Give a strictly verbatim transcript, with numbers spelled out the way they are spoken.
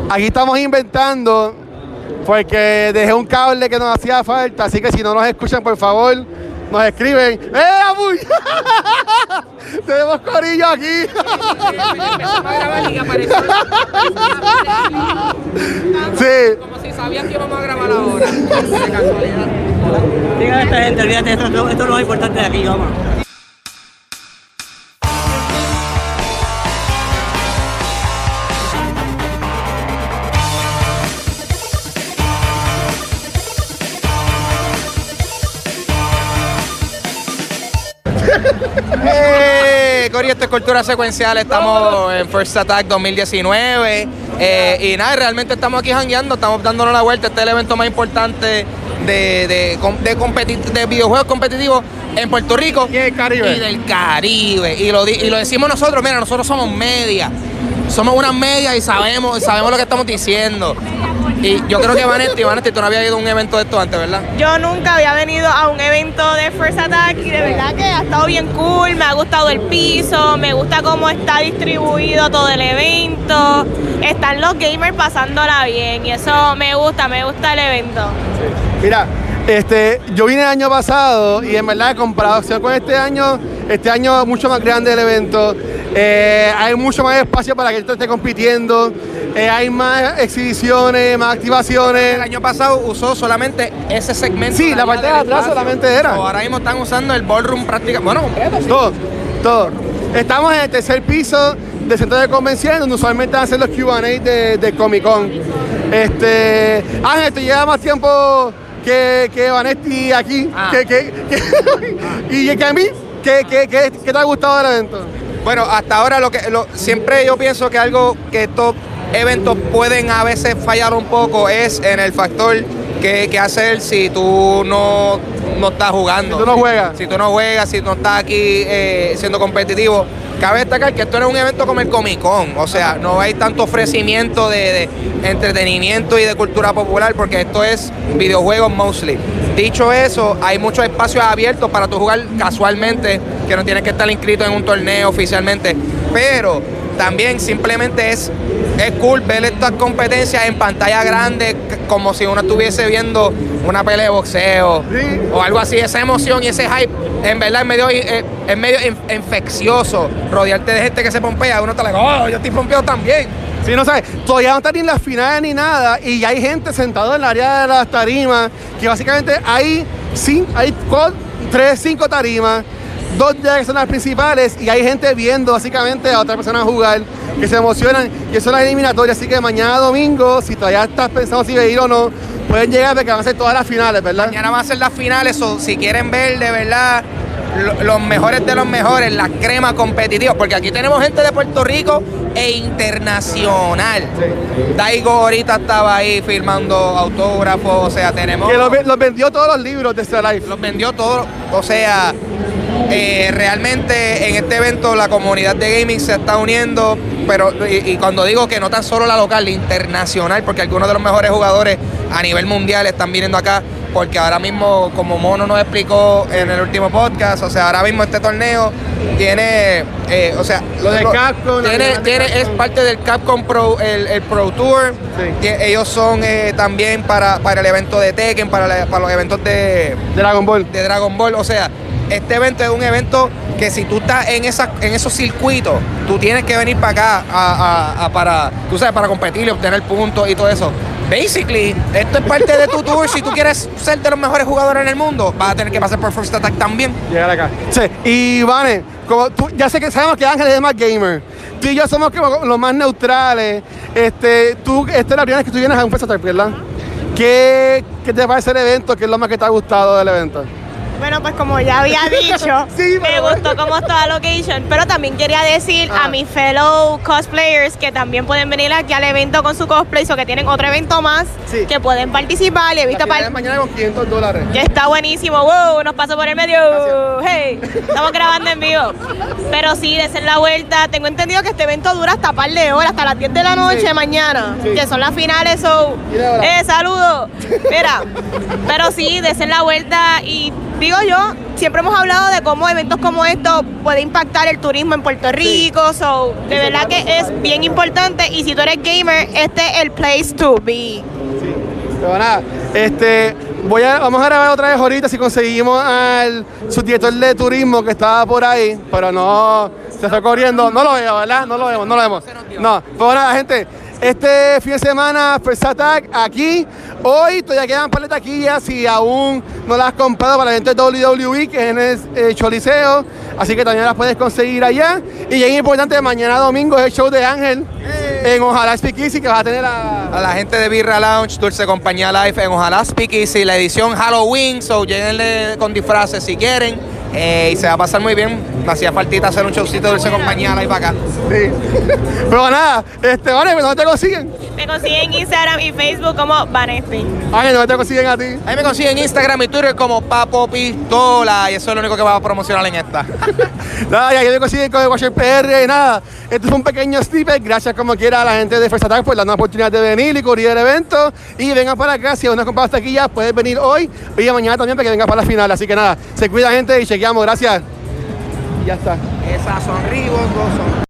aquí estamos inventando porque dejé un cable que nos hacía falta, así que si no nos escuchan, por favor, nos escriben. ¡Eh, Abuy! Tenemos corillo aquí. Empezamos a grabar y apareció. Sí. Como si sabían que íbamos a grabar ahora. De casualidad. Diga a esta gente, olvídate, esto, esto es lo más importante de aquí, vamos. Hey, Cory, esto es Cultura Secuencial, estamos en First Attack dos mil diecinueve eh, y nada, realmente estamos aquí jangueando, estamos dándonos la vuelta. Este es el evento más importante de, de, de, competi de videojuegos competitivos en Puerto Rico y el Caribe. Y del Caribe, y lo, y lo decimos nosotros. Mira, nosotros somos media, somos unas medias y sabemos, sabemos lo que estamos diciendo. Y yo creo que Vanetti, Vanetti, tú no habías ido a un evento de esto antes, ¿verdad? Yo nunca había venido a un evento de First Attack y de verdad que ha estado bien cool, me ha gustado el piso, me gusta cómo está distribuido todo el evento, están los gamers pasándola bien y eso me gusta, me gusta el evento. Sí. Mira, este, yo vine el año pasado y en verdad, en comparación con este año, este año es mucho más grande el evento, eh, hay mucho más espacio para que esto esté compitiendo. Eh, hay más exhibiciones, más activaciones. El año pasado usó solamente ese segmento. Sí, la parte de atrás solamente era. So, ahora mismo están usando el ballroom prácticamente. Bueno, completo. Sí. Todo, todo. Estamos en el tercer piso del centro de convenciones, donde usualmente hacen los Q and A de, de Comic Con. Este, Ángel, te lleva más tiempo que, que Vanetti aquí. Ah. Que, que, que, y que a mí, ¿qué, qué, qué, qué te ha gustado del evento? Bueno, hasta ahora lo que lo, siempre yo pienso que algo que estos eventos pueden a veces fallar un poco es en el factor que, que hacer si tú no, no estás jugando. Si tú no juegas. Si tú no juegas, si no estás aquí eh, siendo competitivo. Cabe destacar que esto no es un evento como el Comic Con, o sea, no hay tanto ofrecimiento de, de entretenimiento y de cultura popular porque esto es videojuegos mostly. Dicho eso, hay muchos espacios abiertos para tú jugar casualmente, que no tienes que estar inscrito en un torneo oficialmente, pero también simplemente es, es cool ver estas competencias en pantalla grande, como si uno estuviese viendo una pelea de boxeo, sí, o algo así. Esa emoción y ese hype, en verdad, es medio, es, es medio infeccioso. Rodearte de gente que se pompea, uno está like, oh, yo estoy pompeado también. Sí, no sabes, todavía no están ni en las finales ni nada, y ya hay gente sentada en el área de las tarimas, que básicamente hay, cinco, hay cuatro, tres, cinco tarimas, dos ya que son las principales, y hay gente viendo básicamente a otras personas jugar, que se emocionan, y eso es la eliminatoria. Así que mañana domingo, si todavía estás pensando si ir o no, pueden llegar porque van a ser todas las finales, ¿verdad? Mañana van a ser las finales, o si quieren ver de verdad los mejores de los mejores, la crema competitiva, porque aquí tenemos gente de Puerto Rico e internacional. Sí. Daigo ahorita estaba ahí firmando autógrafos, o sea, tenemos... Que los, los vendió todos los libros de este live. Los vendió todos, o sea, eh, realmente en este evento la comunidad de gaming se está uniendo, pero y, y cuando digo que no tan solo la local, la internacional, porque algunos de los mejores jugadores a nivel mundial están viniendo acá, porque ahora mismo, como Mono nos explicó en el último podcast, o sea, ahora mismo este torneo tiene, eh, o sea, lo de Capcom, tiene, tiene, Capcom. es parte del Capcom Pro, el, el Pro Tour. Sí. Ellos son eh, también para, para el evento de Tekken, para, la, para los eventos de Dragon Ball. De Dragon Ball, o sea, este evento es un evento que si tú estás en esa, en esos circuitos, tú tienes que venir para acá a, a, a para, tú sabes, para competir y obtener puntos y todo eso. Basically, esto es parte de tu tour. Si tú quieres ser de los mejores jugadores en el mundo, vas a tener que pasar por First Attack también. Llegar acá. Sí, y Vane, como tú, ya sé que sabemos que Ángel es más gamer. Tú y yo somos como los más neutrales. Este, tú, esta es la primera vez que tú vienes a un First Attack, ¿verdad? ¿Qué, ¿Qué te parece el evento? ¿Qué es lo más que te ha gustado del evento? Bueno, pues como ya había dicho, sí, me gustó cómo está la location, pero también quería decir ah. a mis fellow cosplayers que también pueden venir aquí al evento con su cosplay, o que tienen otro evento más, sí, que pueden participar. Y he visto para mañana con quinientos dólares. Que está buenísimo, wow, nos pasó por el medio. Gracias. Hey, estamos grabando en vivo. Pero sí, desen la vuelta. Tengo entendido que este evento dura hasta par de horas, hasta las diez de la noche, sí, mañana, sí, que son las finales. So, eh, saludos. Mira, pero sí, desen la vuelta y digo yo, siempre hemos hablado de cómo eventos como estos puede impactar el turismo en Puerto Rico, sí. so, de sí, verdad que es bien importante y si tú eres gamer, este es el place to be. Sí. Pero nada, este, voy a, vamos a grabar otra vez ahorita si conseguimos al subdirector de turismo que estaba por ahí, pero no, se está corriendo, no lo veo, ¿verdad? No lo vemos, no lo vemos. No, pero nada, gente. Este fin de semana, First Attack, aquí. Hoy todavía quedan par de taquillas si aún no las has comprado para el evento de doble u doble u E, que es en el eh, Choliseo. Así que también las puedes conseguir allá. Y es importante, mañana domingo es el show de Ángel hey. en Ojalá Speakeasy, que vas a tener a... a la gente de Birra Lounge, Dulce Compañía Live en Ojalá Speakeasy, la edición Halloween. So, lléguenle con disfraces si quieren. Eh, y se va a pasar muy bien. Me hacía faltita hacer un showcito de Dulce Compañía Live acá. Sí. Pero nada, este, vale, ¿dónde te consiguen? Me consiguen en Instagram y Facebook como Vanesti. Ay, ¿dónde te consiguen a ti? A mí me consiguen en Instagram y Twitter como Papo Pistola. Y eso es lo único que vamos a promocionar en esta. Nada, y ahí me consiguen con el Watcher P R. Nada, esto es un pequeño snippet. Gracias como quiera a la gente de First Attack por darnos la oportunidad de venir y cubrir el evento. Y vengan para acá. Si aún no has comprado taquillas, puedes venir hoy y mañana también para que vengas para la final. Así que nada, se cuida, gente, y chequeamos. Gracias. Y ya está. Esas son Ribos, dos son.